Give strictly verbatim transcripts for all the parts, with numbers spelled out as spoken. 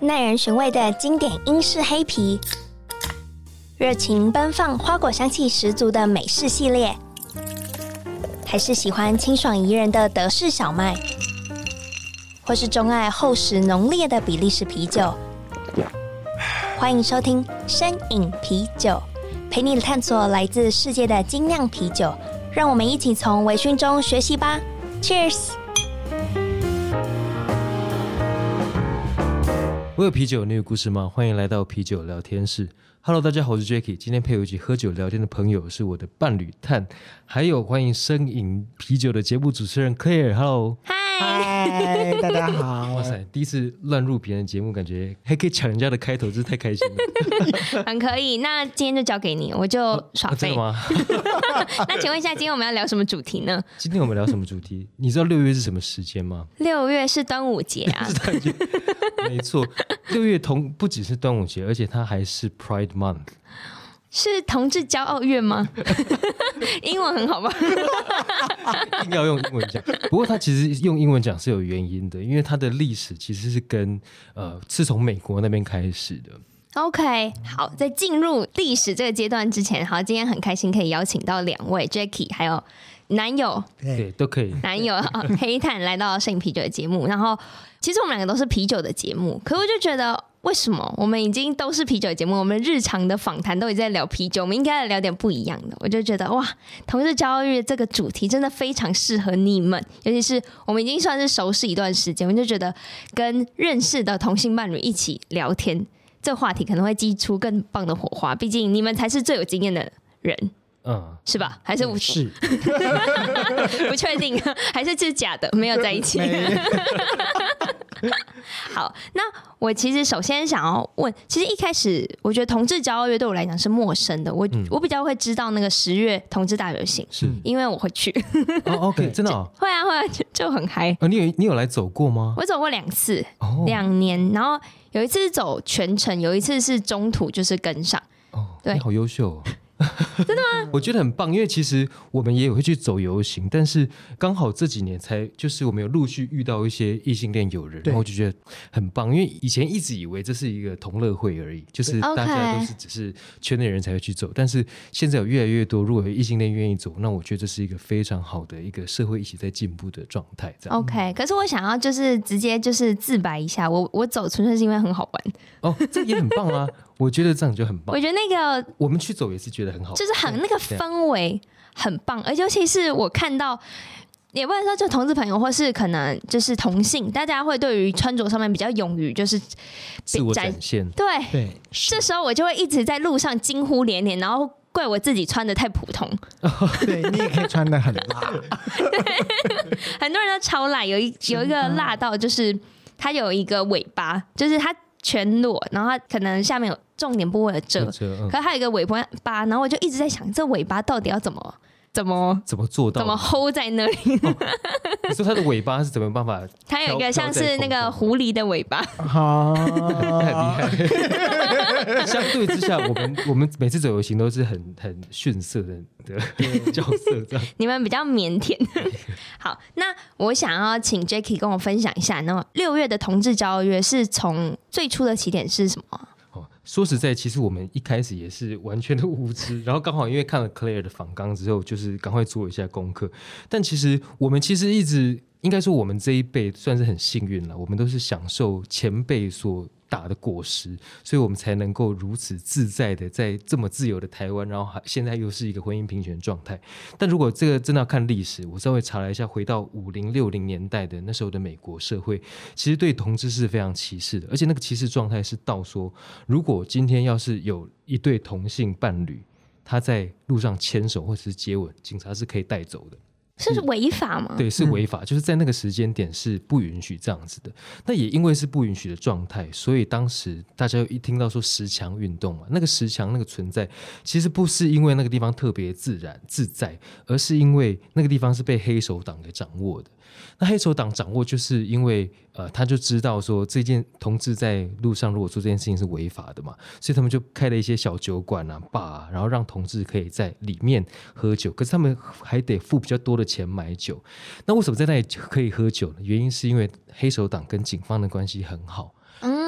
耐人寻味的经典英式黑啤，热情奔放、花果香气十足的美式系列，还是喜欢清爽宜人的德式小麦，或是钟爱厚实浓烈的比利时啤酒。欢迎收听深饮啤酒，陪你探索来自世界的精酿啤酒，让我们一起从微醺中学习吧。Cheers！ 我有啤酒，你有故事吗？欢迎来到啤酒聊天室。Hello， 大家好，我是 Jacky。今天陪我一起喝酒聊天的朋友是我的伴侣Tan，还有欢迎深饮啤酒的节目主持人 Claire。Hello， 嗨， 大家好。 哇塞，第一次乱入别人的节目，感觉还可以抢人家的开头，真是太开心了。 很可以，那今天就交给你，我就耍废、 哦啊、真的吗？ 那请问一下，今天我们要聊什么主题呢？ 今天我们聊什么主题？你知道六月是什么时间吗？ 六月是端午节啊。 没错，六月同不只是端午节，而且它还是 Pride Month， 是同志骄傲月吗？英文很好吧？ 硬要用英文讲，不过它其实用英文讲是有原因的，因为它的历史其实是跟呃是从美国那边开始的。OK， 好，在进入历史这个阶段之前，好，今天很开心可以邀请到两位 Jacky 还有男友， 对，都可以， 男友黑炭来到摄影啤酒的节目。然后，其实我们两个都是啤酒的节目，可我就觉得，为什么我们已经都是啤酒的节目，我们日常的访谈都已经在聊啤酒，我们应该来聊点不一样的。我就觉得，哇，同志骄傲月这个主题真的非常适合你们，尤其是我们已经算是熟识一段时间，我就觉得跟认识的同性伴侣一起聊天。这话题可能会激出更棒的火花，毕竟你们才是最有经验的人，嗯，是吧？还是是不确定，还是是假的，没有在一起。好，那我其实首先想要问，其实一开始我觉得同志骄傲月对我来讲是陌生的，我、嗯、我比较会知道那个十月同志大游行，是因为我会去。 哦 ，OK， 真的、哦、 会啊会啊，就, 就很嗨、 哦。你有你有来走过吗？ 我走过两次，两、哦、年，然后有一次是走全程，有一次是中途就是跟上。 哦，对，你好优秀哦。 真的吗？ 我觉得很棒，因为其实我们也有会去走游行，但是刚好这几年才就是我们有陆续遇到一些异性恋友人，然后我就觉得很棒，因为以前一直以为这是一个同乐会而已，就是大家都是只是圈内人才会去走，但是现在有越来越多，如果有异性恋愿意走，那我觉得这是一个非常好的一个社会一起在进步的状态。 OK， 可是我想要就是直接就是自白一下，我我走纯粹是因为很好玩哦，这也很棒啊。我觉得这样就很棒。 我觉得那个我们去走也是觉得很好， 就是很那个氛围很棒，而尤其是我看到，也不能说就同志朋友，或是可能就是同性，大家会对于穿着上面比较勇于就是自我展现。 对对，这时候我就会一直在路上惊呼连连，然后怪我自己穿的太普通。 对，你也可以穿的很辣。 很多人都超辣，有一有一个辣到就是它有一个尾巴，就是它全裸，然后它可能下面有重点部位的遮，嗯、可是它有一个尾巴，然后我就一直在想，这尾巴到底要怎么怎么怎么做到， 怎么 hold 在那里？哦、 你说它的尾巴是怎么办法？ 它有一个像是那个狐狸的尾巴， 好， 太厉害。相对之下，我们我们每次走游行都是很很逊色的的角色，这样。 你们比较腼腆。好，那我想要请 Jacky 跟我分享一下，那么六月的同志骄傲月是从最初的起点是什么？ 说实在，其实我们一开始也是完全的无知，然后刚好因为看了 Claire 的访纲之后，就是赶快做一下功课。但其实我们其实一直应该说，我们这一辈算是很幸运了，我们都是享受前辈所打的果实，所以我们才能够如此自在的在这么自由的台湾，然后现在又是一个婚姻平权状态。但如果这个真的要看历史，我稍微查了一下，回到五零六零年代的那时候的美国社会，其实对同志是非常歧视的，而且那个歧视状态是到说，如果今天要是有一对同性伴侣，他在路上牵手或者是接吻，警察是可以带走的。 是违法吗？ 对，是违法、嗯、就是在那个时间点是不允许这样子的。那也因为是不允许的状态，所以当时大家一听到说石墙运动嘛，那个石墙那个存在其实不是因为那个地方特别自然自在，而是因为那个地方是被黑手党给掌握的。那黑手党掌握就是因为呃，他就知道说这件同志在路上如果做这件事情是违法的嘛，所以他们就开了一些小酒馆啊、bar啊，然后让同志可以在里面喝酒，可是他们还得付比较多的钱买酒。那为什么在那里可以喝酒呢？原因是因为黑手党跟警方的关系很好，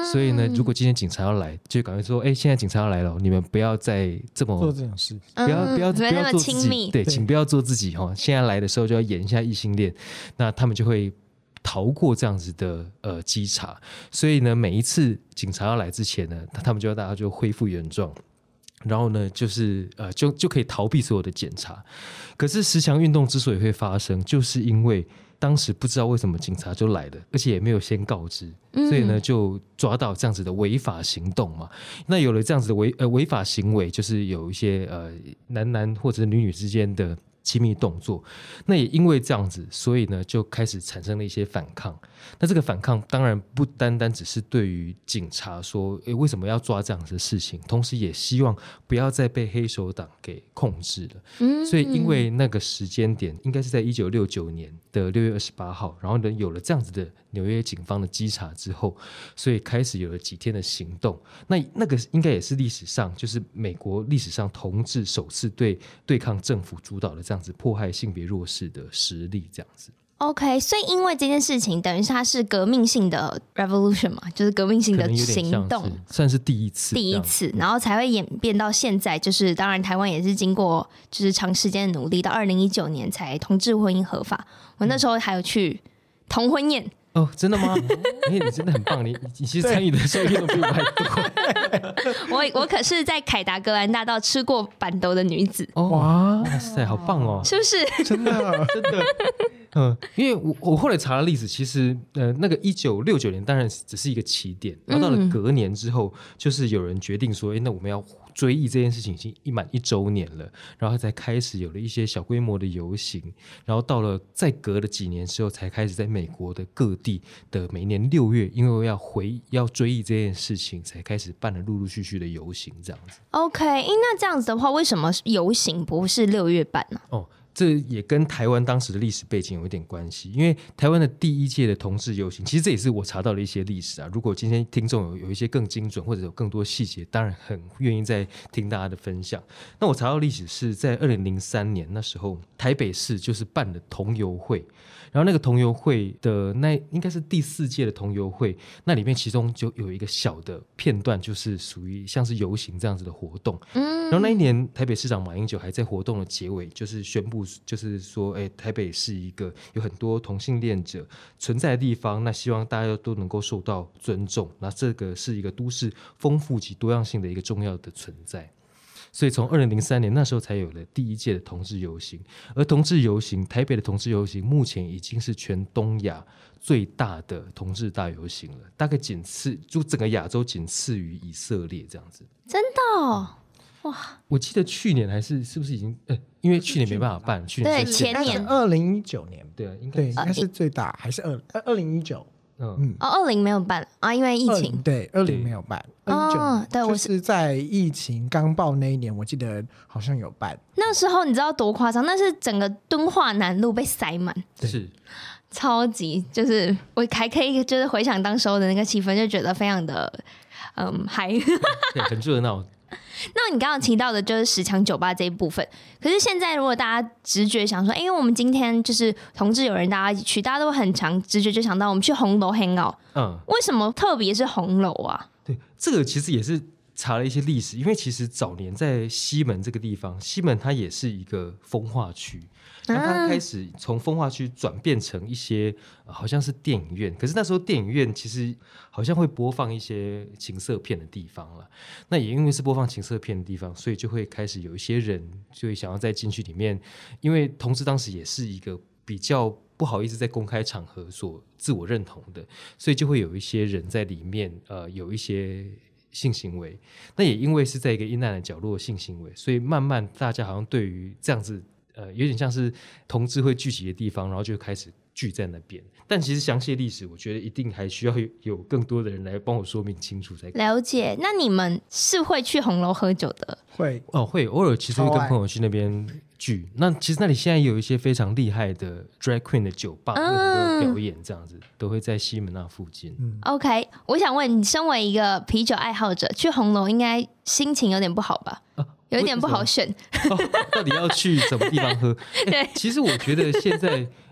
所以呢，如果今天警察要来，就赶快说，哎、欸，现在警察要来了，你们不要再这么做这种事， 不要不要不要做自己，对， 对请不要做自己哈。现在来的时候就要演一下异性恋，那他们就会逃过这样子的呃稽查。所以呢，每一次警察要来之前呢，他们就要大家就恢复原状。然后呢，就是呃，就就可以逃避所有的检查。可是十强运动之所以会发生，就是因为当时不知道为什么警察就来了，而且也没有先告知，所以呢就抓到这样子的违法行动嘛。那有了这样子的违呃违法行为，就是有一些呃男男或者是女女之间的亲密动作，那也因为这样子，所以呢就开始产生了一些反抗。那这个反抗当然不单单只是对于警察说，诶，为什么要抓这样子的事情，同时也希望不要再被黑手党给控制了。嗯，所以因为那个时间点应该是在一九六九年的六月二十八号，然后呢有了这样子的纽约警方的稽查之后，所以开始有了几天的行动。那那个应该也是历史上，就是美国历史上同志首次对对抗政府主导的这样子迫害性别弱势的实例，这样子。 OK， 所以因为这件事情，等于是它是革命性的 revolution 嘛，就是革命性的行动， 是算是第一次， 第一次，然后才会演变到现在。就是当然，台湾也是经过就是长时间的努力，到二零一九年才同志婚姻合法。我那时候还有去同婚宴。 哦，真的吗？哎、欸，你真的很棒，你你其实参与的受益都比我还多。 我我可是在凯达格兰大道吃过板豆的女子。 哦、哇，哇塞，好棒哦！ 是不是？ 真的真的。嗯，因为我我后来查了历史，其实呃，那个一九六九年当然只是一个起点，然后到了隔年之后，嗯、就是有人决定说，哎，那我们要追忆这件事情已经一满一周年了，然后才开始有了一些小规模的游行，然后到了再隔了几年之后，才开始在美国的各地的每年六月，因为要回要追忆这件事情，才开始办了陆陆续续的游行这样子。 OK， 那这样子的话，为什么游行不是六月办呢？ 哦。这也跟台湾当时的历史背景有一点关系，因为台湾的第一届的同志游行，其实这也是我查到的一些历史啊。如果今天听众有有一些更精准或者有更多细节，当然很愿意再听大家的分享。那我查到历史是在二零零三年，那时候台北市就是办了同游会，然后那个同游会的那应该是第四届的同游会，那里面其中就有一个小的片段，就是属于像是游行这样子的活动。嗯，然后那一年台北市长马英九还在活动的结尾，就是宣布。就是说，哎，台北是一个有很多同性恋者存在的地方，那希望大家都能够受到尊重。那这个是一个都市丰富及多样性的一个重要的存在。所以从二零零三年那时候才有了第一届的同志游行，而同志游行，台北的同志游行目前已经是全东亚最大的同志大游行了，大概仅次就整个亚洲仅次于以色列这样子。 真的哦。哇！ 我记得去年还是是不是已经？呃，因为去年没办法办，去年对前年二零一九年， 对啊，应该对应该是最大，还是二二零一九？ 嗯，哦，二零没有办啊，因为疫情。 对，二零没有办，二九对，我是在疫情刚爆那一年，我记得好像有办。 那时候你知道多夸张？那是整个敦化南路被塞满， 是超级，就是我还可以就是回想当时候的那个气氛，就觉得非常的嗯嗨， 对，很热闹。 那你刚刚提到的就是十强酒吧这一部分，可是现在如果大家直觉想说，哎、欸，我们今天就是同志友人大家一起去，大家都很常直觉就想到我们去红楼 hang out， 嗯，为什么特别是红楼啊？ 对，这个其实也是查了一些历史，因为其实早年在西门这个地方，西门它也是一个风化区。然后它开始从风化区转变成一些、呃、好像是电影院，可是那时候电影院其实好像会播放一些情色片的地方了。那也因为是播放情色片的地方，所以就会开始有一些人就会想要再进去里面，因为同志当时也是一个比较不好意思在公开场合所自我认同的，所以就会有一些人在里面呃有一些性行为。那也因为是在一个阴暗的角落的性行为，所以慢慢大家好像对于这样子呃，有点像是同志会聚集的地方，然后就开始聚在那边。但其实详细的历史，我觉得一定还需要有, 有更多的人来帮我说明清楚才可以。 了解。那你们是会去红楼喝酒的？ 会哦，会偶尔其实会跟朋友去那边聚。那其实那里现在有一些非常厉害的 drag queen 的酒吧，有很多表演，这样子都会在西门那附近。嗯、 OK， 我想问你，身为一个啤酒爱好者，去红楼应该心情有点不好吧？啊有一点不好选、 哦、到底要去什么地方喝？对，其实我觉得现在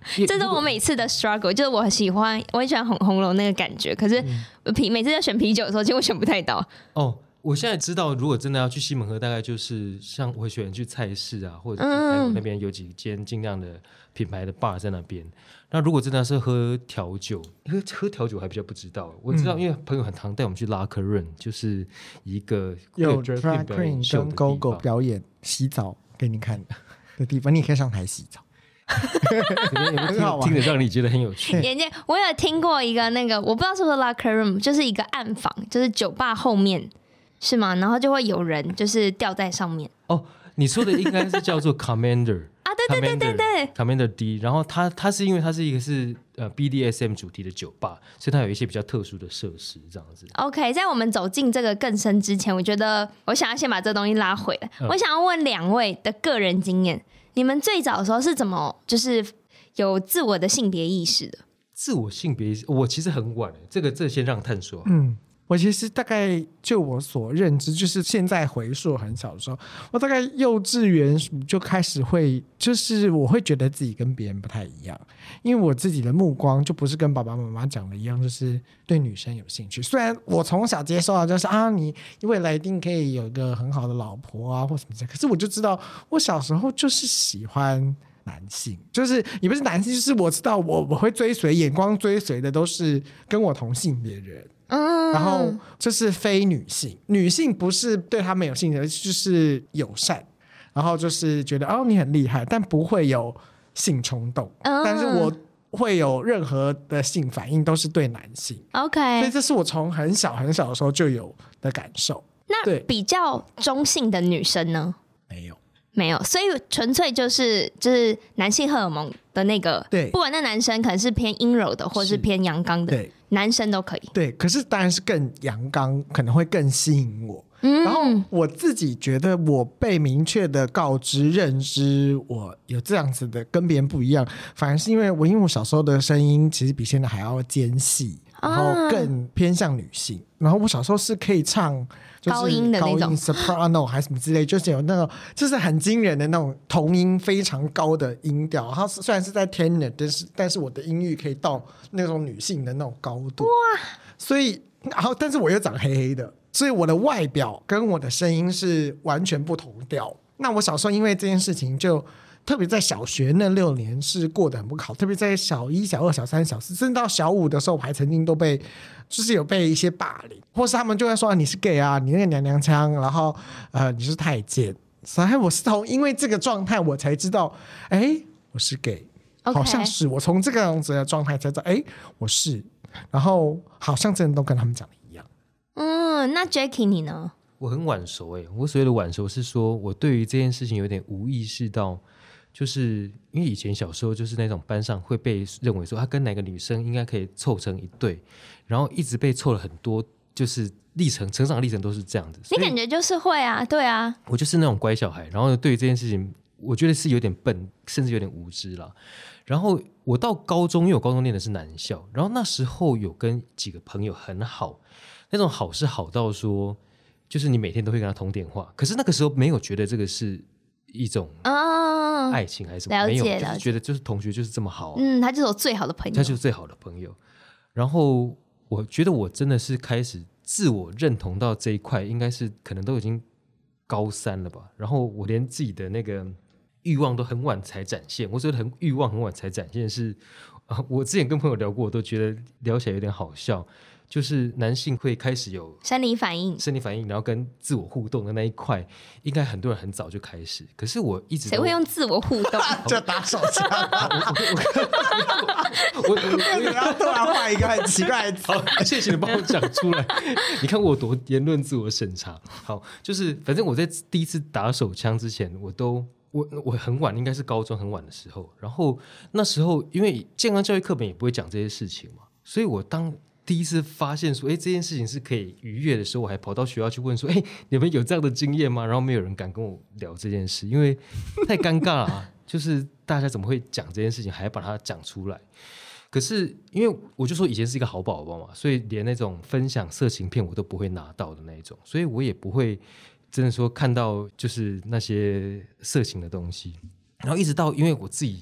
这是我每次的 struggle， 就是我很喜欢，我很喜欢红红楼那个感觉，可是啤、嗯、每次在选啤酒的时候，其实我选不太到。 哦，我现在知道，如果真的要去西门喝，大概就是像我会选去菜市啊，或者是那边有几间尽量的品牌的 bar 在那边。那如果真的是喝调酒，喝喝调酒还比较不知道。我知道，因为朋友很常带我们去拉克润，就是一个有 drag queen 跟 go go 表演洗澡给你看的地方，你也可以上台洗澡。 有没有听得让你觉得很有趣？ 我有听过一个那个，我不知道是不是 locker room， 就是一个暗房，就是酒吧后面是吗？然后就会有人就是吊在上面。 哦，你说的应该是叫做 Commander 啊，对对对对对 ，Commander D。然后它它是因为它是一个是呃 B D S M 主题的酒吧，所以它有一些比较特殊的设施这样子。 OK， 在我们走进这个更深之前，我觉得我想要先把这东西拉回来。嗯、我想要问两位的个人经验。你们最早的时候是怎么就是有自我的性别意识的？ 自我性别意识，我其实很晚，这个这先让探说。 嗯，我其实大概就我所认知，就是现在回溯很小的时候，我大概幼稚园就开始会，就是我会觉得自己跟别人不太一样，因为我自己的目光就不是跟爸爸妈妈讲的一样，就是对女生有兴趣。虽然我从小接受到就是啊，你未来一定可以有一个很好的老婆啊，或什么之类，可是我就知道，我小时候就是喜欢男性，就是也不是男性，就是我知道我我会追随，眼光追随的都是跟我同性别人。嗯，然后就是非女性，女性不是对他们有兴趣，就是友善，然后就是觉得哦你很厉害，但不会有性冲动。嗯，但是我会有任何的性反应都是对男性。 OK， 所以这是我从很小很小的时候就有的感受。 那比较中性的女生呢？ 没有。 没有，所以纯粹就是就是男性荷尔蒙的那个， 对， 不管那男生可能是偏阴柔的，或是偏阳刚的， 对， 男生都可以。 对，可是当然是更阳刚，可能会更吸引我。嗯，然后我自己觉得我被明确的告知认知我有这样子的跟别人不一样，反而是因为我因为我小时候的声音其实比现在还要尖细，然后更偏向女性，然后我小时候是可以唱就是高音的那种高音 soprano 还是什么之类，就是有那种就是很惊人的那种童音非常高的音调，它虽然是在 tenor， 但是但是我的音域可以到那种女性的那种高度。哇！所以然后但是我又长黑黑的，所以我的外表跟我的声音是完全不同调。那我小时候因为这件事情就特别在小学那六年是过得很不好，特别在小一小二小三小四甚至到小五的时候，我还曾经都被就是有被一些霸凌，或是他们就会说你是 gay 啊，你那个娘娘腔，然后呃你是太监。所以我是从因为这个状态我才知道哎我是 gay， okay. 好像是我从这个样子的状态才知道哎我是，然后好像真的都跟他们讲的一样。 嗯，那 Jackie 你呢？ 我很晚熟哎，我所谓的晚熟是说我对于这件事情有点无意识到，就是因为以前小时候就是那种班上会被认为说他跟哪个女生应该可以凑成一对，然后一直被凑了很多，就是历程成长历程都是这样子。 你感觉就是会啊，对啊， 我就是那种乖小孩，然后对于这件事情我觉得是有点笨，甚至有点无知啦。然后我到高中，因为我高中念的是男校，然后那时候有跟几个朋友很好，那种好是好到说就是你每天都会跟他通电话，可是那个时候没有觉得这个是一种爱情还是什么、哦、没有，就是觉得就是同学就是这么好、啊、 嗯，他就是我最好的朋友， 他就是最好的朋友。然后我觉得我真的是开始自我认同到这一块，应该是可能都已经高三了吧，然后我连自己的那个欲望都很晚才展现。我所谓的很欲望很晚才展现是、呃、我之前跟朋友聊过，我都觉得聊起来有点好笑，就是男性会开始有生理反应生理反应然后跟自我互动的那一块，应该很多人很早就开始，可是我一直谁会用自我互动就打手枪我我要突然画一个很奇怪的词， 好，谢谢你帮我讲出来你看我有多言论自我审查。好，就是反正我在第一次打手枪之前，我都我我很晚，应该是高中很晚的时候，然后那时候因为健康教育课本也不会讲这些事情嘛，所以我当第一次发现说哎，这件事情是可以愉悦的时候，我还跑到学校去问说哎，你们有这样的经验吗？然后没有人敢跟我聊这件事，因为太尴尬了、啊、就是大家怎么会讲这件事情还把它讲出来。可是因为我就说以前是一个好宝宝嘛，所以连那种分享色情片我都不会拿到的那一种，所以我也不会真的说看到就是那些色情的东西。然后一直到因为我自己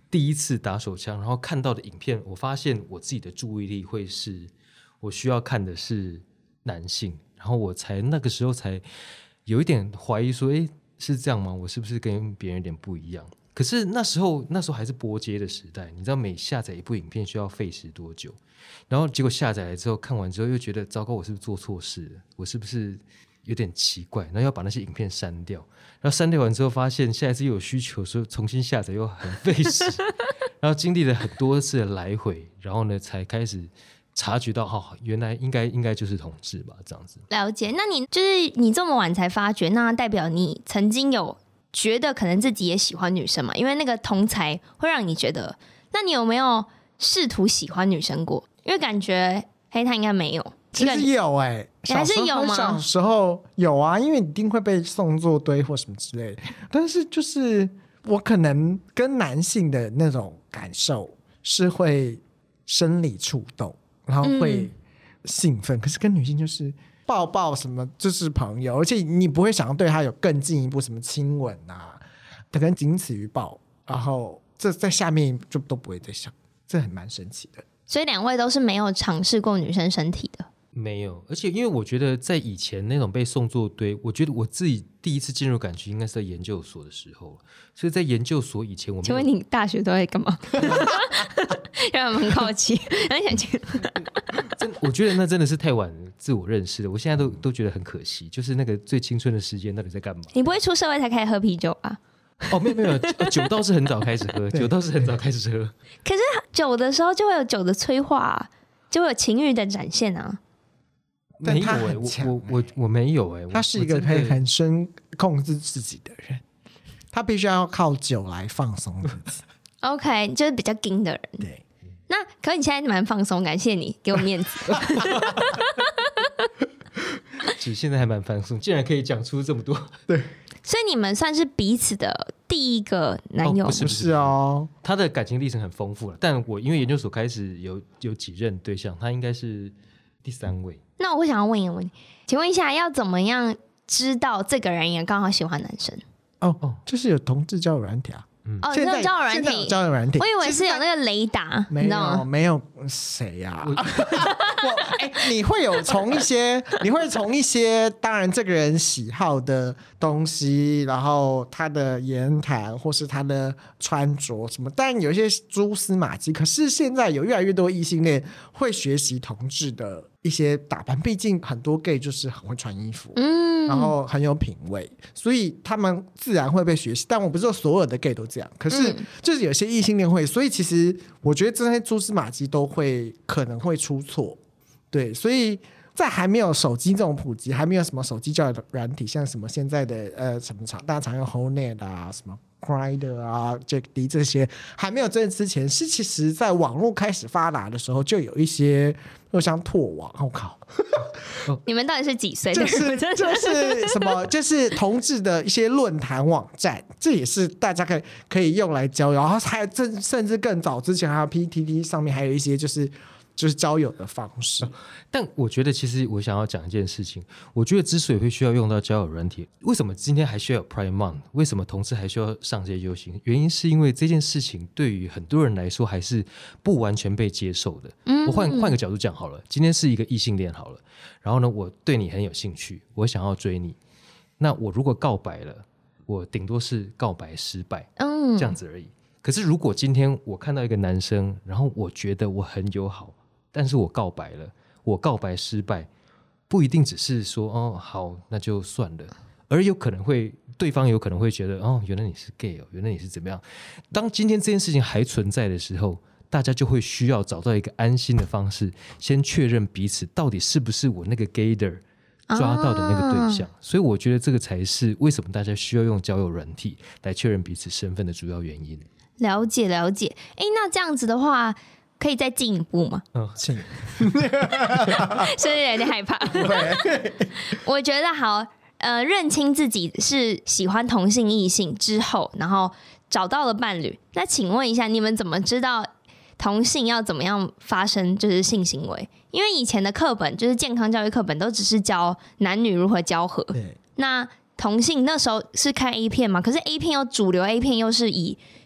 第一次打手枪，然后看到的影片，我发现我自己的注意力会是我需要看的是男性，然后我才那个时候才有一点怀疑说，诶，是这样吗？我是不是跟别人有点不一样？可是那时候那时候还是拨接的时代，你知道每下载一部影片需要费时多久？然后结果下载来之后，看完之后又觉得糟糕，我是不是做错事了？我是不是有点奇怪？然后要把那些影片删掉，然后删掉完之后发现下一次又有需求，说重新下载又很费时，然后经历了很多次的来回，然后呢才开始察觉到，哦，原来应该应该就是同志吧，这样子。 了解。那你就是你这么晚才发觉，那代表你曾经有觉得可能自己也喜欢女生嘛？因为那个同才会让你觉得，那你有没有试图喜欢女生过？因为感觉黑炭应该没有。 其实有哎、欸， 还是有吗？ 小时候有啊，因为你一定会被送作堆或什么之类的。但是就是我可能跟男性的那种感受是会生理触动，然后会兴奋、嗯，可是跟女性就是抱抱什么就是朋友，而且你不会想要对他有更进一步什么亲吻啊，可能仅此于抱，然后这在下面就都不会再想，这很蛮神奇的。 所以两位都是没有尝试过女生身体的。 没有，而且因为我觉得在以前那种被送作堆，我觉得我自己第一次进入感情应该是在研究所的时候，所以在研究所以前我没有。 请问你大学都在干嘛？让我们很好奇，很想去。 我觉得那真的是太晚自我认识了，我现在都都觉得很可惜，就是那个最青春的时间到底在干嘛？ 你不会出社会才开始喝啤酒吧？ 哦，没有没有，酒倒是很早开始喝，酒倒是很早开始喝。 可是酒的时候就会有酒的催化、啊，就会有情欲的展现啊。 没有哎、欸，我我我我没有哎、欸， 他是一个可以很深控制自己的人，他必须要靠酒来放松自己。 OK， 就是比较硬的人。 对， 那可你现在蛮放松，感谢你给我面子。 其实现在还蛮放松，竟然可以讲出这么多。对， 所以你们算是彼此的第一个男友？ 哦、不是不是哦， 他的感情历程很丰富了，但我因为研究所开始有有几任对象，他应该是第三位。 那我会想要问一个问题，请问一下，要怎么样知道这个人也刚好喜欢男生？ 哦哦，就是有同志交友软体啊。 嗯、哦，这交友软体， 交友软体， 我以为是有那个雷达， 没有没有谁呀、啊？我哎、欸，你会有从一些，你会从一些，当然这个人喜好的东西，然后他的言谈或是他的穿着什么，当然有一些蛛丝马迹。可是现在有越来越多异性恋会学习同志的一些打扮，毕竟很多 gay 就是很会穿衣服，嗯，然后很有品味，所以他们自然会被学习。但我不是说所有的 gay 都这样，可是就是有些异性恋会，所以其实我觉得这些蛛丝马迹都会可能会出错，对，所以在还没有手机这种普及，还没有什么手机交友软体，像什么现在的呃什么常大家常用 Hornet 啊，什么 Grindr 啊 Jack D 这些还没有这之前，是其实在网络开始发达的时候，就有一些就像拓网，我、哦、靠， 你们到底是几岁？ 就是就是什么，就是同志的一些论坛网站，这也是大家可以可以用来交友，然后还有甚甚至更早之前还有 P T T 上面还有一些就是就是交友的方式。 但我觉得其实我想要讲一件事情，我觉得之所以会需要用到交友软体，为什么今天还需要有 Pride Month， 为什么同志还需要上街游行，原因是因为这件事情对于很多人来说还是不完全被接受的。嗯，我换换个角度讲好了，今天是一个异性恋好了，然后呢我对你很有兴趣，我想要追你，那我如果告白了，我顶多是告白失败，嗯，这样子而已。可是如果今天我看到一个男生，然后我觉得我很友好，但是我告白了，我告白失败，不一定只是说哦好那就算了，而有可能会对方有可能会觉得哦原来你是 gay 哦，原来你是怎么样。当今天这件事情还存在的时候，大家就会需要找到一个安心的方式，先确认彼此到底是不是我那个 gaydar 抓到的那个对象、啊、所以我觉得这个才是为什么大家需要用交友软体来确认彼此身份的主要原因。 了解了解。哎，那这样子的话可以再进一步吗？ 嗯，请。 是不是有点害怕？我觉得好，呃，认清自己是喜欢同性异性之后，然后找到了伴侣。那请问一下，你们怎么知道同性要怎么样发生就是性行为？因为以前的课本就是健康教育课本都只是教男女如何交合。那同性那时候是看 A 片嘛？可是 A 片又主流 A 片又是以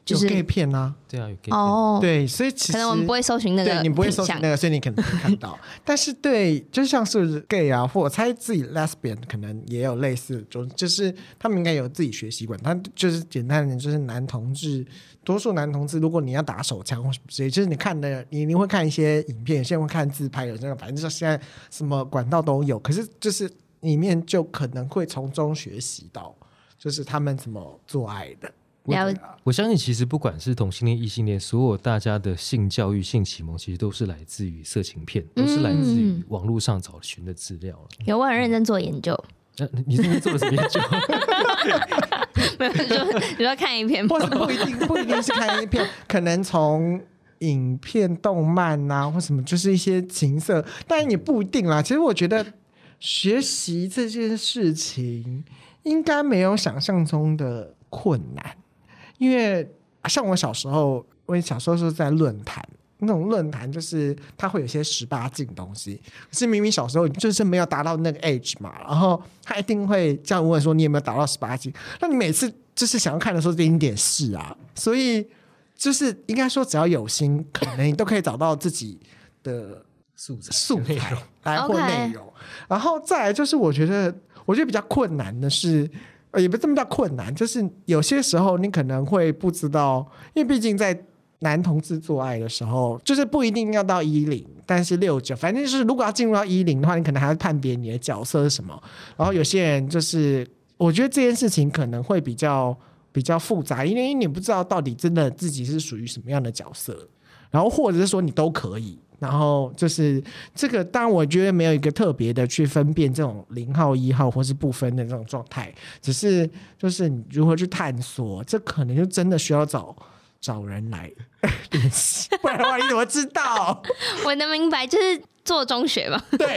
就是 gay 片啊， 对啊，有 gay 片哦， 对，所以其实可能我们不会搜寻那个对你不会搜寻品项那个，所以你可能会看到。但是对，就像是 gay 啊，或我猜自己 lesbian 可能也有类似的种，就是他们应该有自己学习馆。他就是简单的，就是男同志，多数男同志，如果你要打手枪或什么之类，就是你看的，你一定会看一些影片，有些人会看自拍，有些人反正就是现在什么管道都有。可是就是里面就可能会从中学习到，就是他们怎么做爱的。 了我相信其实不管是同性恋异性恋，所有大家的性教育性启蒙其实都是来自于色情片，都是来自于网络上找寻的资料。 有，我很认真做研究。 呃、你这边做了什么研究？ 没有，就你说看一片， 或是不一定不一定是看一片，可能从影片、动漫啊，或什么，就是一些情色，当然也不一定啦。其实我觉得学习这件事情应该没有想象中的困难，因为像我小时候，我小时候是在论坛。那种论坛就是它会有些十八禁东西，可是明明小时候就是没有达到那个 age 嘛，然后他一定会这样问说你有没有达到十八禁，那你每次就是想要看的时候就一定点是啊，所以就是应该说只要有心，可能你都可以找到自己的素材素材来或 OK 内容，然后再来就是我觉得我觉得比较困难的是。呃，也不这么叫困难，就是有些时候你可能会不知道，因为毕竟在男同志做爱的时候，就是不一定要到一零，但是六九，反正就是如果要进入到一零的话，你可能还要判别你的角色是什么。然后有些人就是，我觉得这件事情可能会比较比较复杂，因为你不知道到底真的自己是属于什么样的角色，然后或者是说你都可以。然后就是这个，当然我觉得没有一个特别的去分辨这种零号、一号或是不分的这种状态，只是就是你如何去探索，这可能就真的需要找找人来练习，不然的话你怎么知道？ 我能明白，就是做中学嘛。 对，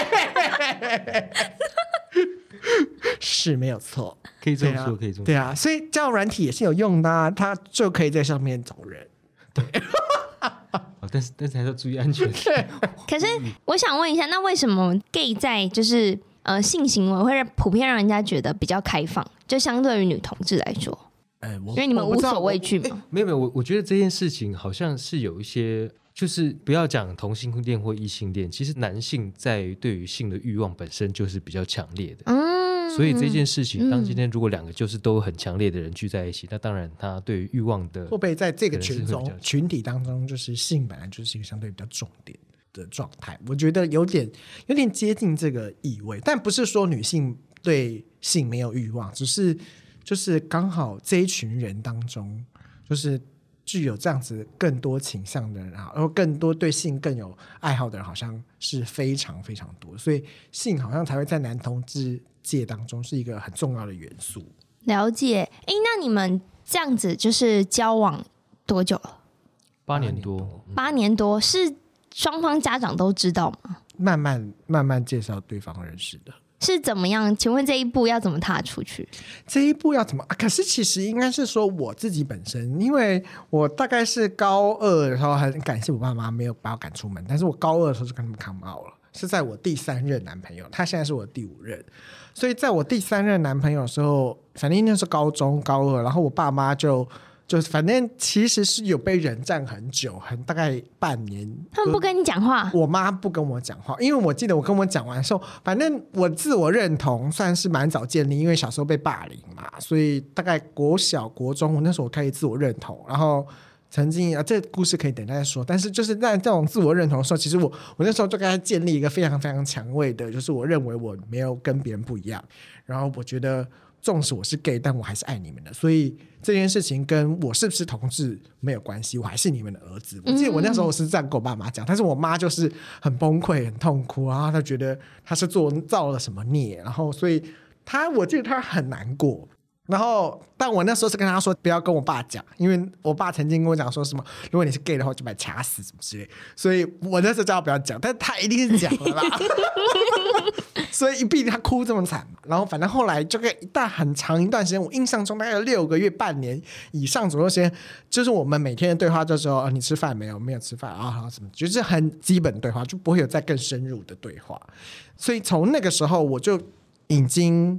是没有错， 可以这么说，可以这么说。 对啊，所以交友软体也是有用的啊，它就可以在上面找人。对。 但是但是还是要注意安全。 可是我想问一下，那为什么 gay 在就是呃性行为会普遍让人家觉得比较开放，就相对于女同志来说？ 呃、 因为你们无所畏惧嘛。 欸、没有没有，我我觉得这件事情好像是有一些，就是不要讲同性恋或异性恋，其实男性在对于性的欲望本身就是比较强烈的。嗯。所以这件事情，当今天如果两个就是都很强烈的人聚在一起，嗯、那当然他对于欲望的会不会在这个群中群体当中，就是性本来就是一个相对比较重点的状态，我觉得有点有点接近这个意味，但不是说女性对性没有欲望，只是就是刚好这一群人当中，就是具有这样子更多倾向的人，然后更多对性更有爱好的人，好像是非常非常多，所以性好像才会在男同志界当中是一个很重要的元素。 了解。哎，那你们这样子就是交往多久了？ 八年多。 八年多，是双方家长都知道吗？ 慢慢慢慢介绍对方认识的。 是怎么样？请问这一步要怎么踏出去？ 这一步要怎么、啊、可是其实应该是说我自己本身，因为我大概是高二的时候，很感谢我爸妈没有把我赶出门，但是我高二的时候就跟他们 come out 了，是在我第三任男朋友，他现在是我第五任，所以在我第三任男朋友的时候，反正那是高中高二，然后我爸妈就就反正其实是有被冷战很久，很大概半年。 他们不跟你讲话？ 我妈不跟我讲话，因为我记得我跟我讲完的时候，反正我自我认同算是蛮早建立，因为小时候被霸凌嘛，所以大概国小国中，我那时候我开始自我认同，然后曾经啊，这个故事可以等一下再说，但是就是在这种自我认同的时候，其实我我那时候就跟他建立一个非常非常强卫的，就是我认为我没有跟别人不一样，然后我觉得纵使我是 gay， 但我还是爱你们的，所以这件事情跟我是不是同志没有关系，我还是你们的儿子。我记得我那时候是这样跟我爸妈讲，但是我妈就是很崩溃很痛哭，然后她觉得她是做造了什么孽，然后所以她我记得她很难过，然后但我那时候是跟她说不要跟我爸讲，因为我爸曾经跟我讲说什么如果你是 gay 的话就把你掐死什么之类，所以我那时候叫她不要讲，但她一定是讲了啦所以毕竟他哭这么惨，然后反正后来就一段很长一段时间，我印象中大概有六个月半年以上左右时间，就是我们每天的对话就说、啊、你吃饭没有没有吃饭啊什么，就是很基本的对话，就不会有再更深入的对话。所以从那个时候我就已经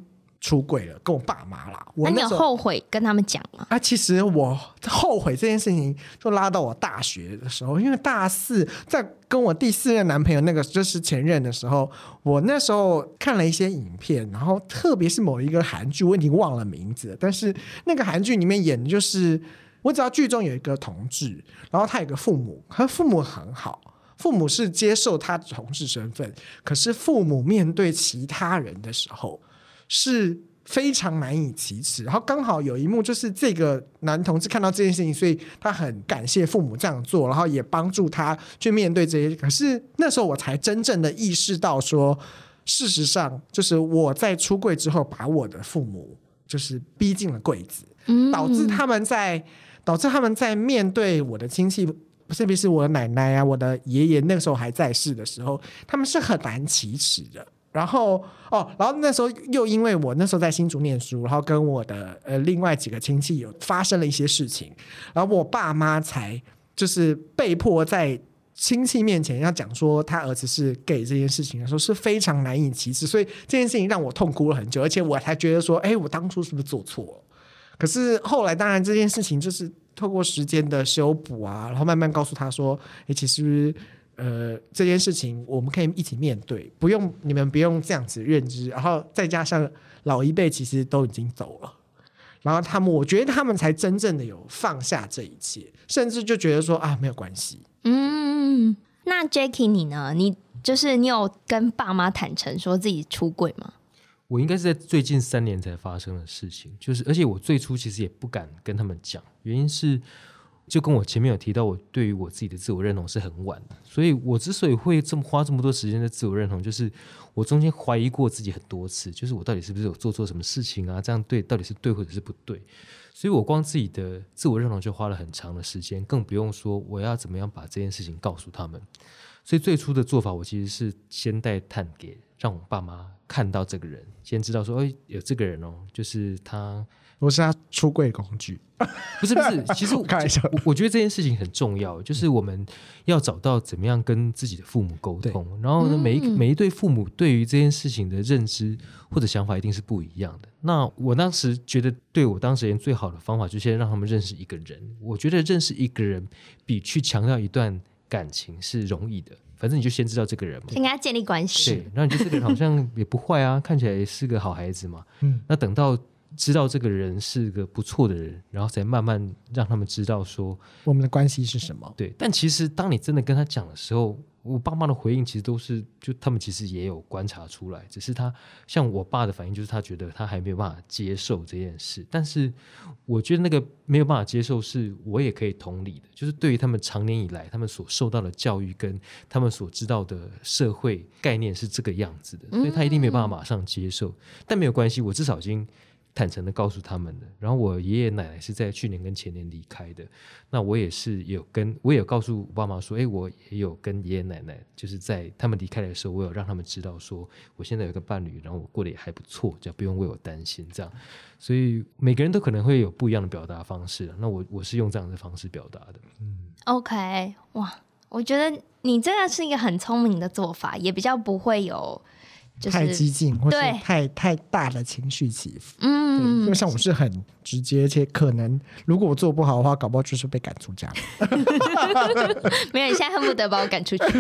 出柜了，跟我爸妈啦。我那你有时候后悔跟他们讲吗？ 啊，其实我后悔这件事情，就拉到我大学的时候，因为大四在跟我第四任男朋友那个就是前任的时候，我那时候看了一些影片，然后特别是某一个韩剧，我已经忘了名字了，但是那个韩剧里面演的就是，我只要剧中有一个同志，然后他有个父母，他父母很好。父母是接受他的同志身份，可是父母面对其他人的时候是非常难以启齿。然后刚好有一幕就是这个男同志看到这件事情，所以他很感谢父母这样做，然后也帮助他去面对这些。可是那时候我才真正的意识到说，事实上就是我在出柜之后，把我的父母就是逼进了柜子，导致他们在导致他们在面对我的亲戚，特别是我的奶奶啊，我的爷爷那个时候还在世的时候，他们是很难启齿的。然后哦，然后那时候又因为我那时候在新竹念书，然后跟我的呃另外几个亲戚有发生了一些事情，然后我爸妈才就是被迫在亲戚面前要讲说他儿子是 gay 这件事情的时候是非常难以启齿，所以这件事情让我痛哭了很久，而且我才觉得说，哎，我当初是不是做错了？可是后来当然这件事情就是透过时间的修补啊，然后慢慢告诉他说，哎，其实呃这件事情我们可以一起面对，不用你们不用这样子认知，然后再加上老一辈其实都已经走了，然后他们我觉得他们才真正的有放下这一切，甚至就觉得说啊没有关系。 嗯，那 Jacky 你呢？你就是你有跟爸妈坦诚说自己出柜吗？ 我应该是在最近三年才发生的事情，就是而且我最初其实也不敢跟他们讲，原因是就跟我前面有提到，我对于我自己的自我认同是很晚的，所以我之所以会这么花这么多时间在自我认同，就是我中间怀疑过自己很多次，就是我到底是不是有做错什么事情啊？这样对到底是对或者是不对？所以我光自己的自我认同就花了很长的时间，更不用说我要怎么样把这件事情告诉他们。所以最初的做法，我其实是先带探给让我爸妈看到这个人，先知道说，哎，有这个人哦，就是他， 我是他出柜工具。 不是不是，其实开玩笑， 我我觉得这件事情很重要，就是我们要找到怎么样跟自己的父母沟通，然后呢，每一每一对父母对于这件事情的认知或者想法一定是不一样的。那我当时觉得，对我当时人最好的方法，就先让他们认识一个人。我觉得认识一个人比去强调一段感情是容易的，反正你就先知道这个人嘛， 先跟他建立关系。 对，然后你觉得这个人好像也不坏啊，看起来是个好孩子嘛。嗯，那等到知道这个人是个不错的人，然后才慢慢让他们知道说我们的关系是什么。 对，但其实当你真的跟他讲的时候，我爸妈的回应其实都是，就他们其实也有观察出来，只是他像我爸的反应就是他觉得他还没有办法接受这件事，但是我觉得那个没有办法接受是我也可以同理的，就是对于他们长年以来他们所受到的教育跟他们所知道的社会概念是这个样子的，所以他一定没有办法马上接受，但没有关系，我至少已经坦诚的告诉他们的。然后我爷爷奶奶是在去年跟前年离开的，那我也是有跟我也有告诉我爸妈说，哎，我也有跟爷爷奶奶就是在他们离开的时候，我有让他们知道说我现在有个伴侣，然后我过得也还不错，这样不用为我担心这样。所以每个人都可能会有不一样的表达方式，那我我是用这样的方式表达的。嗯 OK， 哇，我觉得你这个是一个很聪明的做法，也比较不会有就是太激进或是太太大的情绪起伏。 嗯， 因为像我是很直接，而且可能如果我做不好的话，搞不好就是被赶出家门。 没有，你现在恨不得把我赶出去。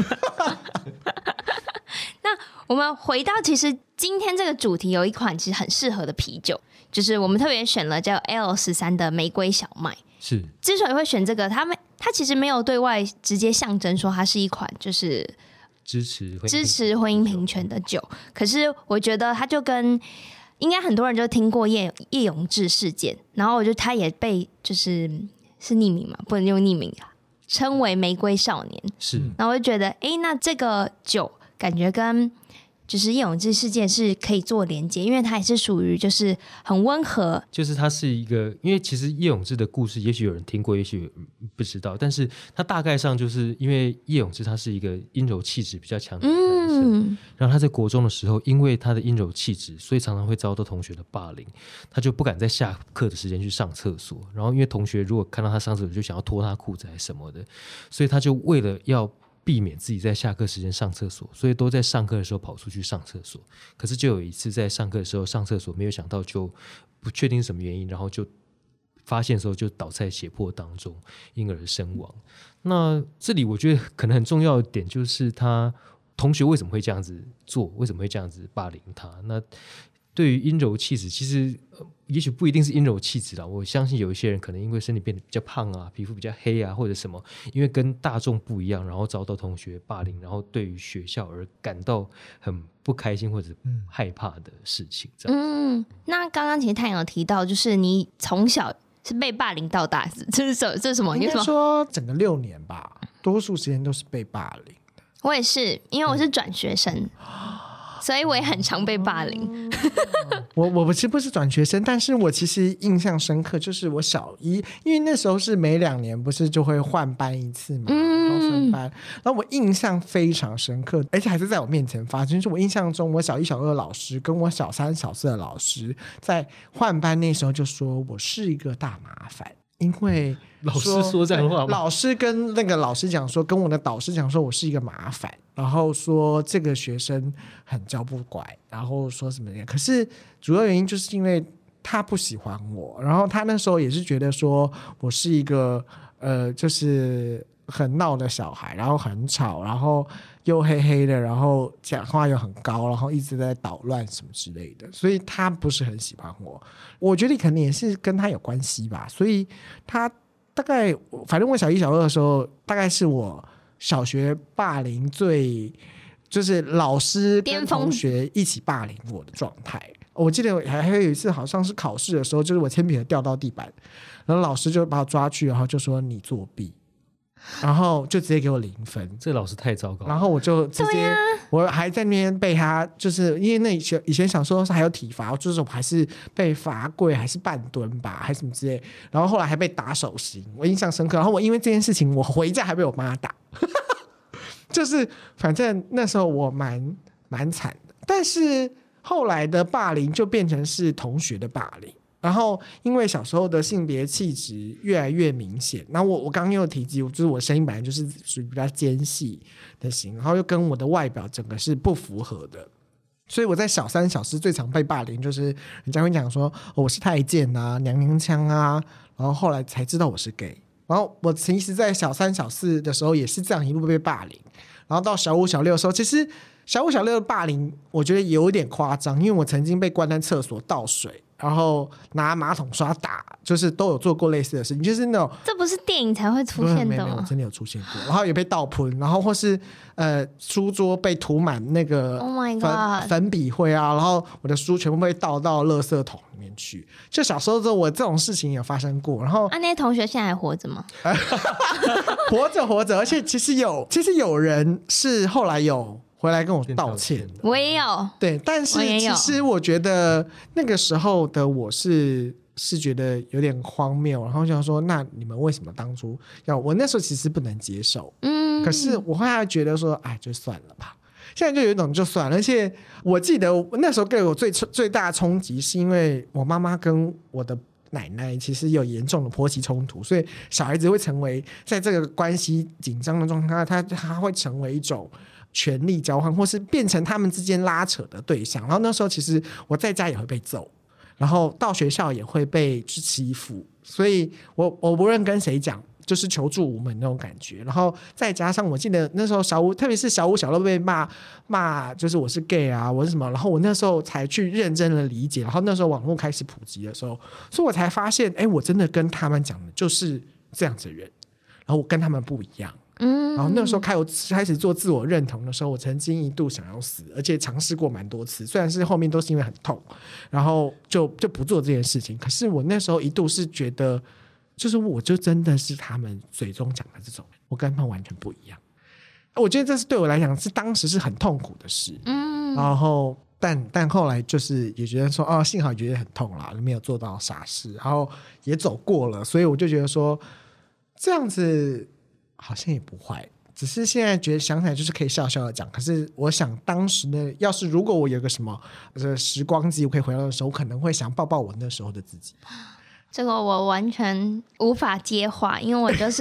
那我们回到，其实今天这个主题有一款其实很适合的啤酒，就是我们特别选了叫 L 十三 的玫瑰小麦。 是， 之所以会选这个，他们它其实没有对外直接象征说它是一款就是支持支持婚姻平权的酒，可是我觉得它就跟应该很多人就听过叶叶永志事件，然后我觉得他也被就是是匿名嘛，不能用匿名称为玫瑰少年， 是， 然后我就觉得哎，那这个酒感觉跟就是叶永志事件是可以做连接，因为它也是属于就是很温和， 就是它是一个，因为其实叶永志的故事也许有人听过，也许不知道，但是他大概上就是因为叶永志他是一个阴柔气质比较强的男生、嗯、然后他在国中的时候因为他的阴柔气质，所以常常会遭到同学的霸凌，他就不敢在下课的时间去上厕所，然后因为同学如果看到他上厕所就想要脱他裤子还是什么的，所以他就为了要避免自己在下课时间上厕所，所以都在上课的时候跑出去上厕所。可是就有一次在上课的时候上厕所，没有想到就不确定什么原因，然后就发现的时候就倒在血泊当中，因而身亡。那这里我觉得可能很重要的点就是他同学为什么会这样子做，为什么会这样子霸凌他。那对于阴柔气质，其实、呃、也许不一定是阴柔气质啦，我相信有一些人可能因为身体变得比较胖啊，皮肤比较黑啊，或者什么，因为跟大众不一样，然后遭到同学霸凌，然后对于学校而感到很不开心或者害怕的事情。 嗯，那刚刚其实太阳有提到，就是你从小是被霸凌到大，这是什这是什么？ 应该说整个六年吧，多数时间都是被霸凌的。 我也是，因为我是转学生。嗯，所以我也很常被霸凌。 我我其实不是转学生，但是我其实印象深刻，就是我小一，因为那时候是每两年不是就会换班一次嘛，然后分班，然后我印象非常深刻，而且还是在我面前发生。就是我印象中，我小一、小二的老师跟我小三、小四的老师在换班那时候就说我是一个大麻烦。因为老师说这样的话吗？ 老师跟那个老师讲说，跟我的导师讲说我是一个麻烦，然后说这个学生很教不乖，然后说什么的。可是主要原因就是因为他不喜欢我，然后他那时候也是觉得说我是一个呃，就是很闹的小孩，然后很吵，然后又黑黑的，然后讲话又很高，然后一直在捣乱什么之类的，所以他不是很喜欢我。我觉得可能也是跟他有关系吧，所以他大概反正我小一小二的时候，大概是我小学霸凌最就是老师跟同学一起霸凌我的状态。我记得还有一次好像是考试的时候，就是我铅笔盒掉到地板，然后老师就把我抓去，然后就说你作弊，然后就直接给我零分。 这老师太糟糕了。 然后我就直接、啊、我还在那边被他，就是因为那以前以前小时候还有体罚，就是我还是被罚跪还是半蹲吧还是什么之类，然后后来还被打手心，我印象深刻。然后我因为这件事情我回家还被我妈打就是反正那时候我蛮蛮惨的。但是后来的霸凌就变成是同学的霸凌，然后因为小时候的性别气质越来越明显，然后我我刚刚又有提及，就是我声音本来就是属于比较尖细的型，然后又跟我的外表整个是不符合的，所以我在小三小四最常被霸凌，就是人家会讲说、哦、我是太监啊娘娘腔啊，然后后来才知道我是 gay。 然后我其实在小三小四的时候也是这样一路被霸凌，然后到小五小六的时候，其实小五小六的霸凌我觉得有点夸张，因为我曾经被关在厕所倒水，然后拿马桶刷打，就是都有做过类似的事情，就是那种这不是电影才会出现的吗？ 真的有出现过。然后也被倒喷，然后或是呃书桌被涂满那个 Oh my 粉, God 粉笔灰啊，然后我的书全部被倒到垃圾桶里面去。就小时候之后我这种事情有发生过。然后啊，那些同学现在还活着吗？ 活着活着，而且其实有其实有人是后来有回来跟我道歉的。 我也有。对， 但是其实我觉得那个时候的我是是觉得有点荒谬，然后想说那你们为什么当初要我？那时候其实不能接受，嗯，可是我后来觉得说哎就算了吧，现在就有一种就算了。而且我记得那时候给我最最大的冲击是因为我妈妈跟我的奶奶其实有严重的婆媳冲突，所以小孩子会成为在这个关系紧张的状态，他他会成为一种权力交换，或是变成他们之间拉扯的对象。然后那时候其实我在家也会被揍，然后到学校也会被欺负，所以我我不论跟谁讲就是求助无门那种感觉。然后再加上我记得那时候小五，特别是小五小六被骂骂就是我是 gay 啊我是什么，然后我那时候才去认真的理解。然后那时候网络开始普及的时候，所以我才发现哎，我真的跟他们讲的就是这样子的人，然后我跟他们不一样。嗯，然后那时候开我开始做自我认同的时候，我曾经一度想要死，而且尝试过蛮多次，虽然是后面都是因为很痛，然后就就不做这件事情。可是我那时候一度是觉得就是我就真的是他们嘴中讲的这种人，我跟他们完全不一样。我觉得这是对我来讲是当时是很痛苦的事。嗯，然后但但后来就是也觉得说哦，幸好觉得很痛啦，没有做到傻事，然后也走过了，所以我就觉得说这样子好像也不坏，只是现在觉得想起来就是可以笑笑的讲。可是我想当时呢，要是如果我有个什么时光机我可以回到的时候，我可能会想抱抱我那时候的自己。 这个我完全无法接话，因为我就是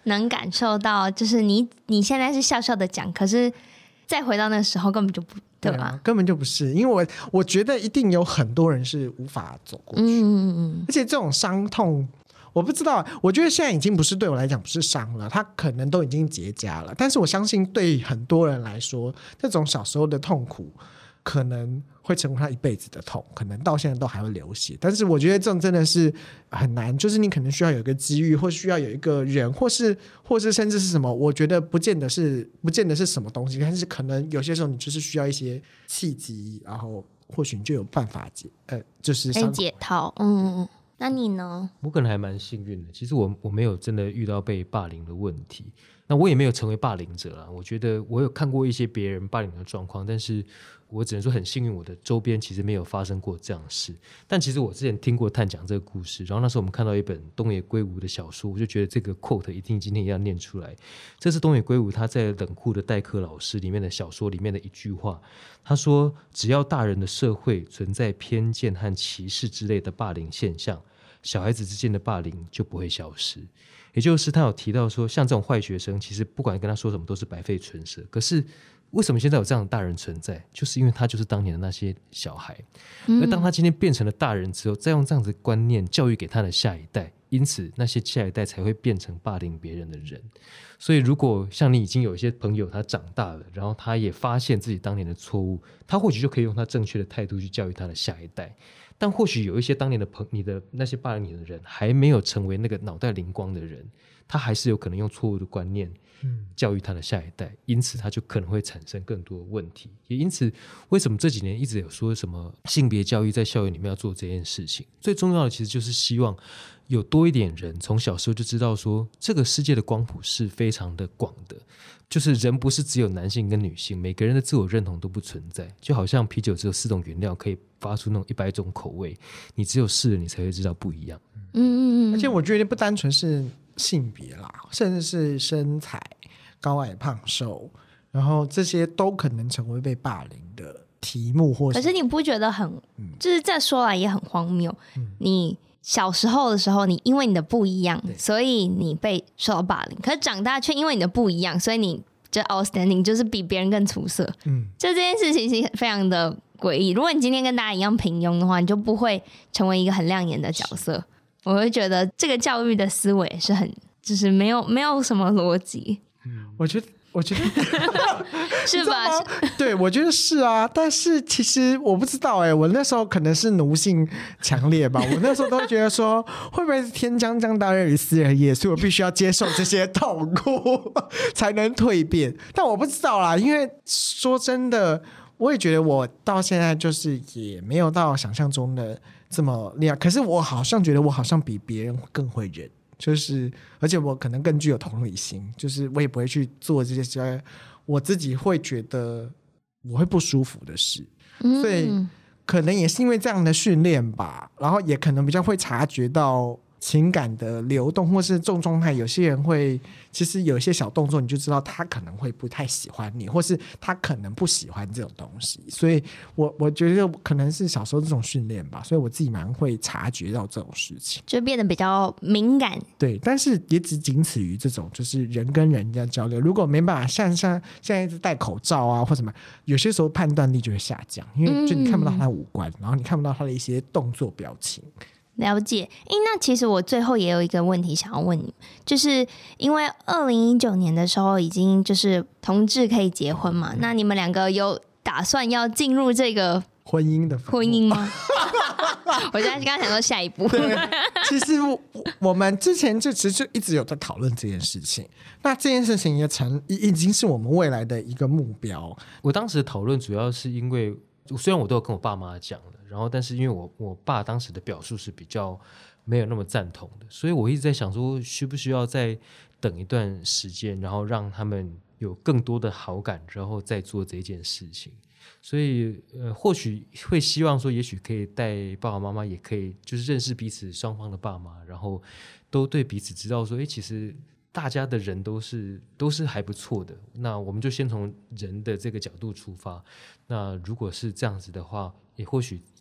能感受到，就是你你现在是笑笑的讲，可是再回到那个时候根本就不对吧？ 对啊，根本就不是，因为我我觉得一定有很多人是无法走过去， 嗯嗯嗯， 而且这种伤痛。我不知道，我觉得现在已经不是对我来讲不是伤了，它可能都已经结痂了。但是我相信对很多人来说，这种小时候的痛苦可能会成为他一辈子的痛，可能到现在都还会流血。但是我觉得这种真的是很难，就是你可能需要有一个机遇，或需要有一个人，或是或是甚至是什么，我觉得不见得是不见得是什么东西，但是可能有些时候你就是需要一些契机，然后或许你就有办法解，呃，就是可以解套，嗯。那你呢？ 我可能还蛮幸运的，其实我我没有真的遇到被霸凌的问题，那我也没有成为霸凌者啦。我觉得我有看过一些别人霸凌的状况，但是我只能说很幸运，我的周边其实没有发生过这样的事。但其实我之前听过探讲这个故事，然后那时候我们看到一本东野圭吾的小说，我就觉得这个 quote 一定今天要念出来。这是东野圭吾他在《冷酷的代课老师》里面的小说里面的一句话，他说只要大人的社会存在偏见和歧视之类的霸凌现象，小孩子之间的霸凌就不会消失。也就是他有提到说，像这种坏学生其实不管跟他说什么都是白费唇舌，可是为什么现在有这样的大人存在，就是因为他就是当年的那些小孩、嗯、而当他今天变成了大人之后，再用这样子的观念教育给他的下一代，因此那些下一代才会变成霸凌别人的人。所以如果像你已经有一些朋友他长大了，然后他也发现自己当年的错误，他或许就可以用他正确的态度去教育他的下一代。但或许有一些当年的朋你的那些霸凌你的人还没有成为那个脑袋灵光的人，他还是有可能用错误的观念教育他的下一代、嗯、因此他就可能会产生更多的问题。也因此为什么这几年一直有说什么性别教育在校园里面要做这件事情，最重要的其实就是希望有多一点人从小时候就知道说这个世界的光谱是非常的广的，就是人不是只有男性跟女性，每个人的自我认同都不存在。就好像啤酒只有四种原料可以发出那种一百种口味，你只有试了你才会知道不一样。 嗯嗯嗯， 而且我觉得不单纯是性别啦，甚至是身材高矮胖瘦，然后这些都可能成为被霸凌的题目或是。 可是你不觉得很、嗯、就是这说来也很荒谬、嗯、你小时候的时候你因为你的不一样所以你被受到霸凌，可是长大却因为你的不一样所以你就 outstanding 就是比别人更出色。嗯，就这件事情是非常的诡异。如果你今天跟大家一样平庸的话，你就不会成为一个很亮眼的角色。我会觉得这个教育的思维是很就是没有没有什么逻辑。 嗯，我觉得我觉得是吧？ 对，我觉得是啊。但是其实我不知道哎、欸，我那时候可能是奴性强烈吧。我那时候都会觉得说，会不会是天将降大任于斯人也，所以我必须要接受这些痛苦才能蜕变。但我不知道啦，因为说真的，我也觉得我到现在就是也没有到想象中的这么厉害。可是我好像觉得我好像比别人更会忍。就是而且我可能更具有同理心，就是我也不会去做这些我自己会觉得我会不舒服的事、嗯、所以可能也是因为这样的训练吧，然后也可能比较会察觉到情感的流动或是这种状态。有些人会其实有一些小动作你就知道他可能会不太喜欢你，或是他可能不喜欢这种东西，所以我我觉得可能是小时候这种训练吧，所以我自己蛮会察觉到这种事情， 就变得比较敏感。 对，但是也只仅此于这种就是人跟人家交流，如果没办法像像现在一直戴口罩啊或什么，有些时候判断力就会下降，因为就你看不到他的五官、嗯、然后你看不到他的一些动作表情。 了解。诶，那其实我最后也有一个问题想要问你，就是因为二零一九年的时候已经就是同志可以结婚嘛、嗯、那你们两个有打算要进入这个婚姻的婚姻吗？我现在刚刚想说下一步其实 我, 我们之前就其实就一直有在讨论这件事情，那这件事情也成已经是我们未来的一个目标。 我当时讨论主要是因为虽然我都有跟我爸妈讲了，然后但是因为我我爸当时的表述是比较没有那么赞同的，所以我一直在想说需不需要再等一段时间，然后让他们有更多的好感，然后再做这件事情。所以呃，或许会希望说也许可以带爸爸妈妈也可以就是认识彼此双方的爸妈，然后都对彼此知道说诶其实大家的人都是都是还不错的，那我们就先从人的这个角度出发，那如果是这样子的话，也或许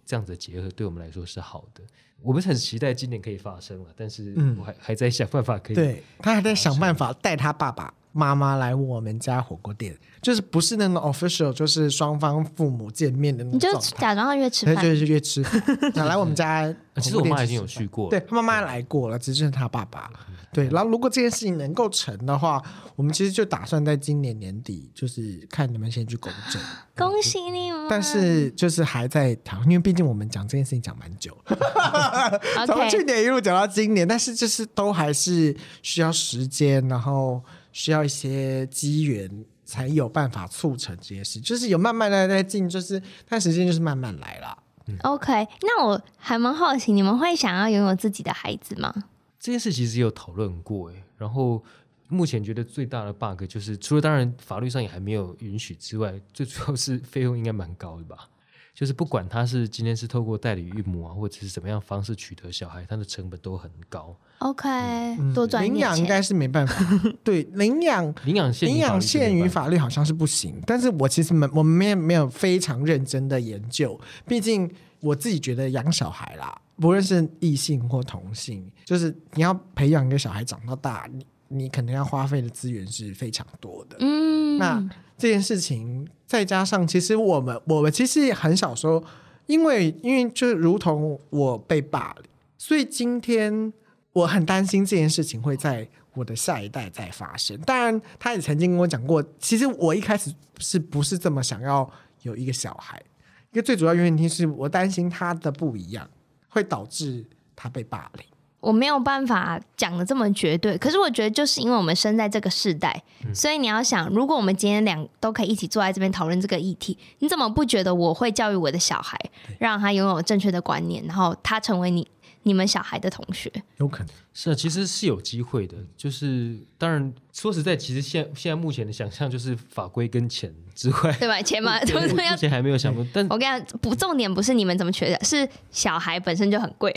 这样子的结合对我们来说是好的。我们很期待今年可以发生了，但是我还、嗯、还在想办法可以。 对，他还在想办法带他爸爸妈妈来我们家火锅店，就是不是那种 official， 就是双方父母见面的那种状态。 你就假装要约吃饭， 就是约吃饭，来我们家火锅店。 其实我妈已经有去过了， 对，他妈妈来过了，只是他爸爸。对，然后如果这件事情能够成的话，我们其实就打算在今年年底，就是看你们先去公证。 恭喜你们！ 但是就是还在谈，因为毕竟我们讲这件事情讲蛮久，从去年一路讲到今年，但是就是都还是需要时间，然后需要一些机缘，才有办法促成这些事，就是有慢慢的在进，就是但时间就是慢慢来啦。 嗯、OK， 那我还蛮好奇，你们会想要拥有自己的孩子吗？ 这件事其实也有讨论过耶，然后目前觉得最大的 bug 就是除了当然法律上也还没有允许之外，最主要是费用应该蛮高的吧，就是不管他是今天是透过代理孕母啊，或者是怎么样方式取得小孩，他的成本都很高。 OK、 嗯、 多赚一点钱。 领养应该是没办法对，领养领养限领养限于法律好像是不行，但是我其实我们没有没有非常认真的研究，毕竟我自己觉得养小孩啦，不论是异性或同性，就是你要培养一个小孩长到大，你你可能要花费的资源是非常多的。嗯，那这件事情再加上其实我们我们其实很小时候，因为因为就如同我被霸凌，所以今天我很担心这件事情会在我的下一代再发生。当然他也曾经跟我讲过，其实我一开始是不是这么想要有一个小孩，一个最主要原因是我担心他的不一样会导致他被霸凌。 我没有办法讲的这么绝对，可是我觉得就是因为我们生在这个世代、嗯、所以你要想，如果我们今天两都可以一起坐在这边讨论这个议题，你怎么不觉得我会教育我的小孩，让他拥有正确的观念，然后他成为你你们小孩的同学？ 有可能是啊，其实是有机会的，就是当然说实在，其实现在现在目前的想象就是法规跟钱之外， 对吧？钱嘛，对不对？ 目前还没有想过，但我跟你讲，不，重点不是你们怎么觉得，是小孩本身就很贵。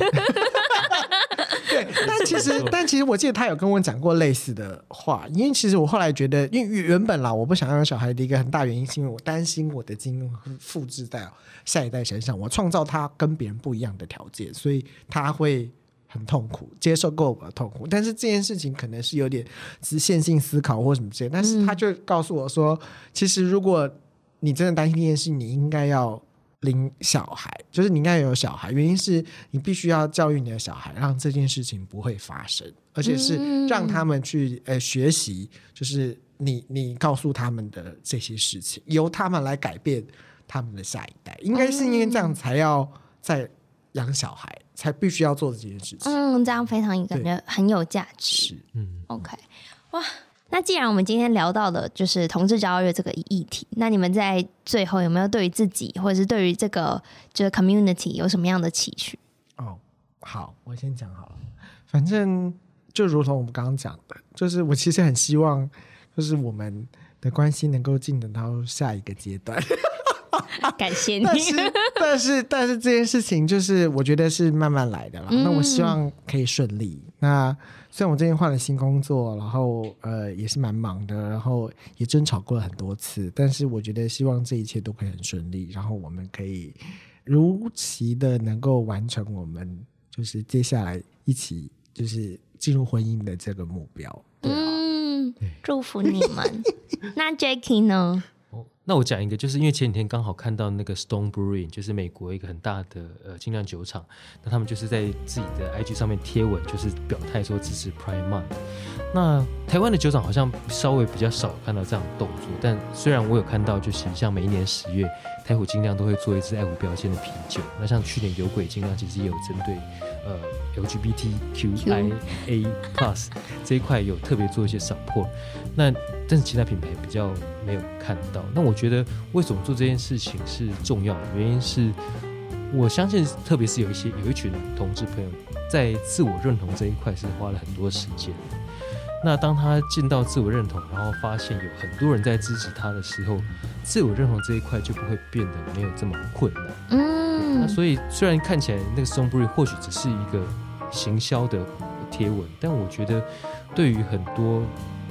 对，但其实但其实我记得他有跟我讲过类似的话，因为其实我后来觉得，因为原本啦，我不想要有小孩的一个很大原因是因为我担心我的基因会复制在下一代身上，我创造他跟别人不一样的条件，所以他会很痛苦，接受过我的痛苦。但是这件事情可能是有点直线性思考或什么之类的，但是他就告诉我说、嗯、其实如果你真的担心这件事，你应该要领小孩，就是你应该有小孩，原因是你必须要教育你的小孩，让这件事情不会发生，而且是让他们去、呃、学习，就是你你告诉他们的这些事情，由他们来改变他们的下一代，应该是因为这样才要再养小孩，才必须要做这件事情。 嗯，这样非常感觉很有价值。 是， 嗯 ，OK， 哇。那既然我们今天聊到的就是同志交友这个议题，那你们在最后有没有对于自己或者是对于这个就是 community 有什么样的期许？ 哦，好，我先讲好了。反正就如同我们刚刚讲的，就是我其实很希望，就是我们的关系能够进展到下一个阶段。 感谢你。 但是但是但是这件事情就是我觉得是慢慢来的啦、嗯、那我希望可以顺利。那虽然我最近换了新工作，然后呃也是蛮忙的，然后也争吵过了很多次，但是我觉得希望这一切都可以很顺利，然后我们可以如期的能够完成我们就是接下来一起就是进入婚姻的这个目标。对啊、嗯， 祝福你们。那 Jacky 呢？ 那我讲一个，就是因为前几天刚好看到那个 Stone Brewing， 就是美国一个很大的呃精酿酒厂，那他们就是在自己的 I G 上面贴文，就是表态说支持 Pride Month。那台湾的酒厂好像稍微比较少看到这样的动作，但虽然我有看到，就是像每一年十月，台虎精酿都会做一支爱虎标签的啤酒。那像去年有鬼精酿其实也有针对呃 L G B T Q I A plus 这一块有特别做一些 support。那但是其他品牌比较没有看到。那我觉得为什么做这件事情是重要的原因是，我相信特别是有一些有一群同志朋友在自我认同这一块是花了很多时间。那当他进到自我认同，然后发现有很多人在支持他的时候，自我认同这一块就不会变得没有这么困难。嗯，那所以虽然看起来那个 Stone Brewing 或许只是一个行销的贴文，但我觉得对于很多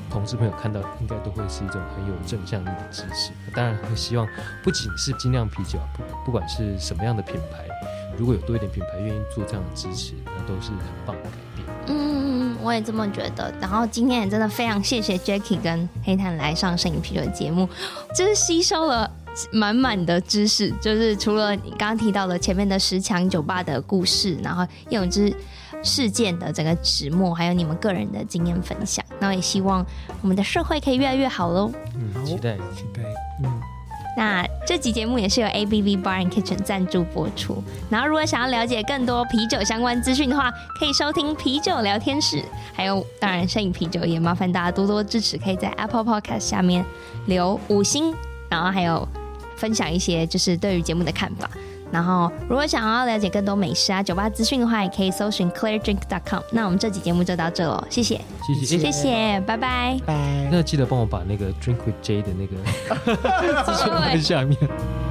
同志朋友看到应该都会是一种很有正向力的支持。当然会希望不仅是精酿啤酒，不不管是什么样的品牌，如果有多一点品牌愿意做这样的支持，那都是很棒的改变。 嗯，我也这么觉得。然后今天也真的非常谢谢 Jackie 跟黑炭来上摄影啤酒的节目，就是吸收了满满的知识，就是除了你刚刚提到的前面的十强酒吧的故事，然后叶永之事件的整个始末，还有你们个人的经验分享，然后也希望我们的社会可以越来越好咯。 嗯，期待期待。嗯， 那这集节目也是由 A B V Bar and Kitchen 赞助播出。然后如果想要了解更多啤酒相关资讯的话，可以收听啤酒聊天室，还有当然摄影啤酒也麻烦大家多多支持，可以在 Apple Podcast 下面留五星，然后还有分享一些就是对于节目的看法。然后如果想要了解更多美食啊酒吧资讯的话，也可以搜寻 clear drink dot com。 那我们这集节目就到这了，谢谢谢谢谢谢，拜拜拜。 那记得帮我把那个 Drink with J 的那个资讯放在下面。